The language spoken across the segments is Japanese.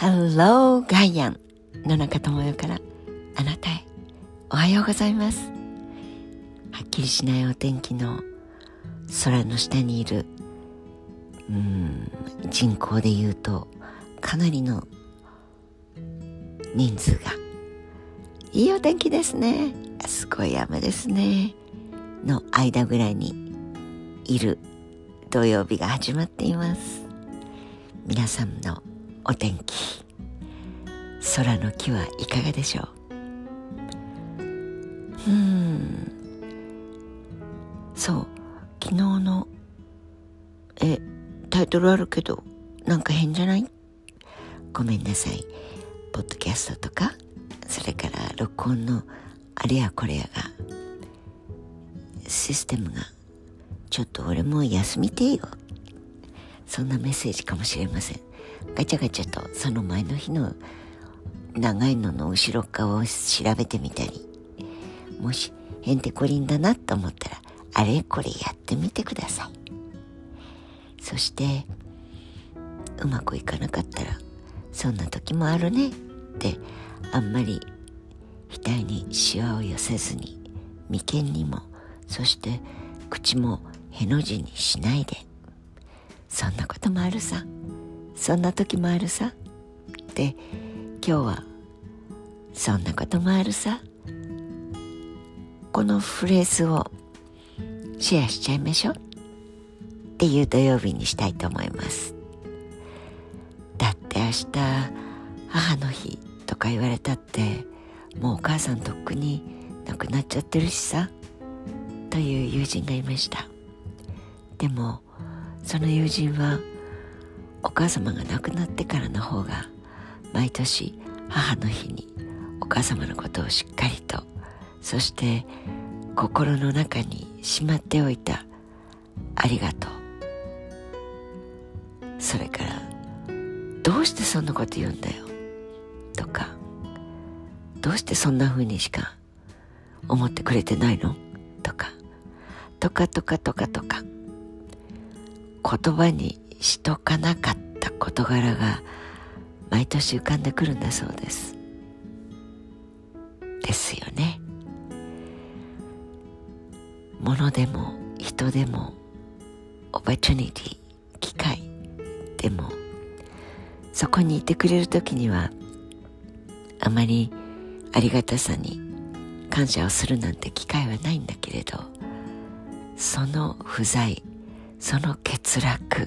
Hello ガイアン野中智代からあなたへおはようございます。はっきりしないお天気の空の下にいる人口で言うとかなりの人数がいいお天気ですね、すごい雨ですねの間ぐらいにいる土曜日が始まっています。皆さんのお天気、空の木はいかがでしょう。そう、昨日のタイトルあるけどなんか変じゃない？ごめんなさい。ポッドキャストとかそれから録音のあれやこれやがシステムがちょっと俺も休みてえよ、そんなメッセージかもしれません。ガチャガチャとその前の日の長いのの後ろ側を調べてみたり、もしへんてこりんだなと思ったらあれこれやってみてください。そしてうまくいかなかったらそんな時もあるねってあんまり額にシワを寄せずに眉間にもそして口もへの字にしないで、そんなこともあるさ、そんな時もあるさって今日はそんなこともあるさ、このフレーズをシェアしちゃいましょうっていう土曜日にしたいと思います。だって明日母の日とか言われたってもうお母さんとっくに亡くなっちゃってるしさという友人がいました。でもその友人はお母様が亡くなってからの方が毎年母の日にお母様のことをしっかりと、そして心の中にしまっておいたありがとう、それからどうしてそんなこと言うんだよとか、どうしてそんな風にしか思ってくれてないのとか言葉にしとかなかった事柄が毎年浮かんでくるんだそうです。ですよね。物でも人でもオポチュニティ、機会でもそこにいてくれるときにはあまりありがたさに感謝をするなんて機会はないんだけれど、その不在、その欠落、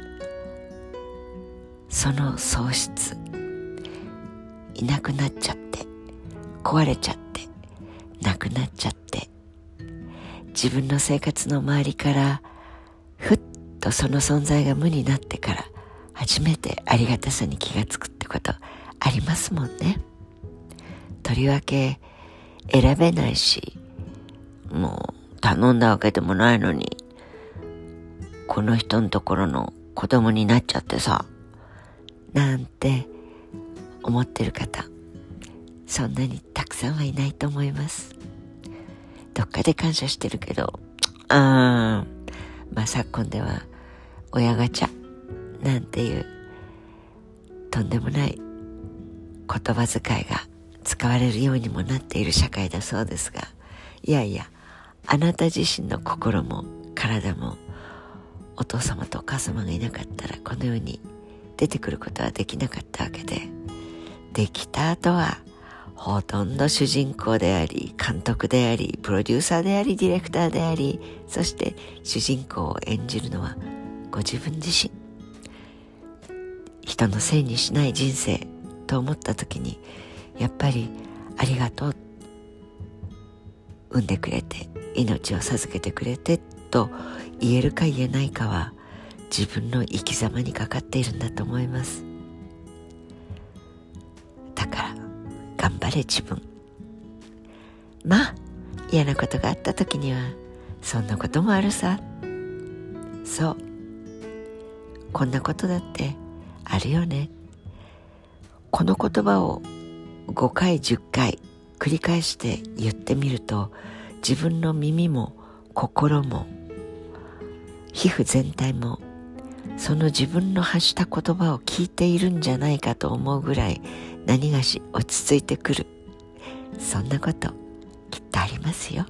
その喪失、いなくなっちゃって壊れちゃってなくなっちゃって、自分の生活の周りからふっとその存在が無になってから初めてありがたさに気がつくってことありますもんね。とりわけ選べないし、もう頼んだわけでもないのにこの人のところの子供になっちゃってさなんて思ってる方、そんなにたくさんはいないと思います。どっかで感謝してるけど昨今では親ガチャなんていうとんでもない言葉遣いが使われるようにもなっている社会だそうですが、いやいや、あなた自身の心も体もお父様とお母様がいなかったらこの世に出てくることはできなかったわけで、できた後はほとんど主人公であり監督でありプロデューサーでありディレクターであり、そして主人公を演じるのはご自分自身。人のせいにしない人生と思った時にやっぱりありがとう、産んでくれて命を授けてくれてと言えるか言えないかは自分の生き様にかかっているんだと思います。だから頑張れ自分。嫌なことがあった時にはそんなこともあるさ、そう、こんなことだってあるよね。この言葉を5回10回繰り返して言ってみると自分の耳も心も皮膚全体もその自分の発した言葉を聞いているんじゃないかと思うぐらい何がし落ち着いてくる。そんなこときっとありますよ。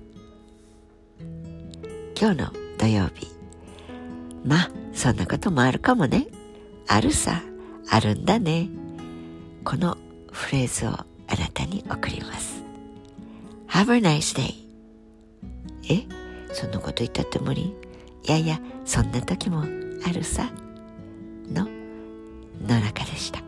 今日の土曜日、まあそんなこともあるかもね。あるさ、あるんだね。このフレーズをあなたに送ります。 Have a nice day。 そんなこと言ったって無理？いやいや、そんな時もあるさの野中でした。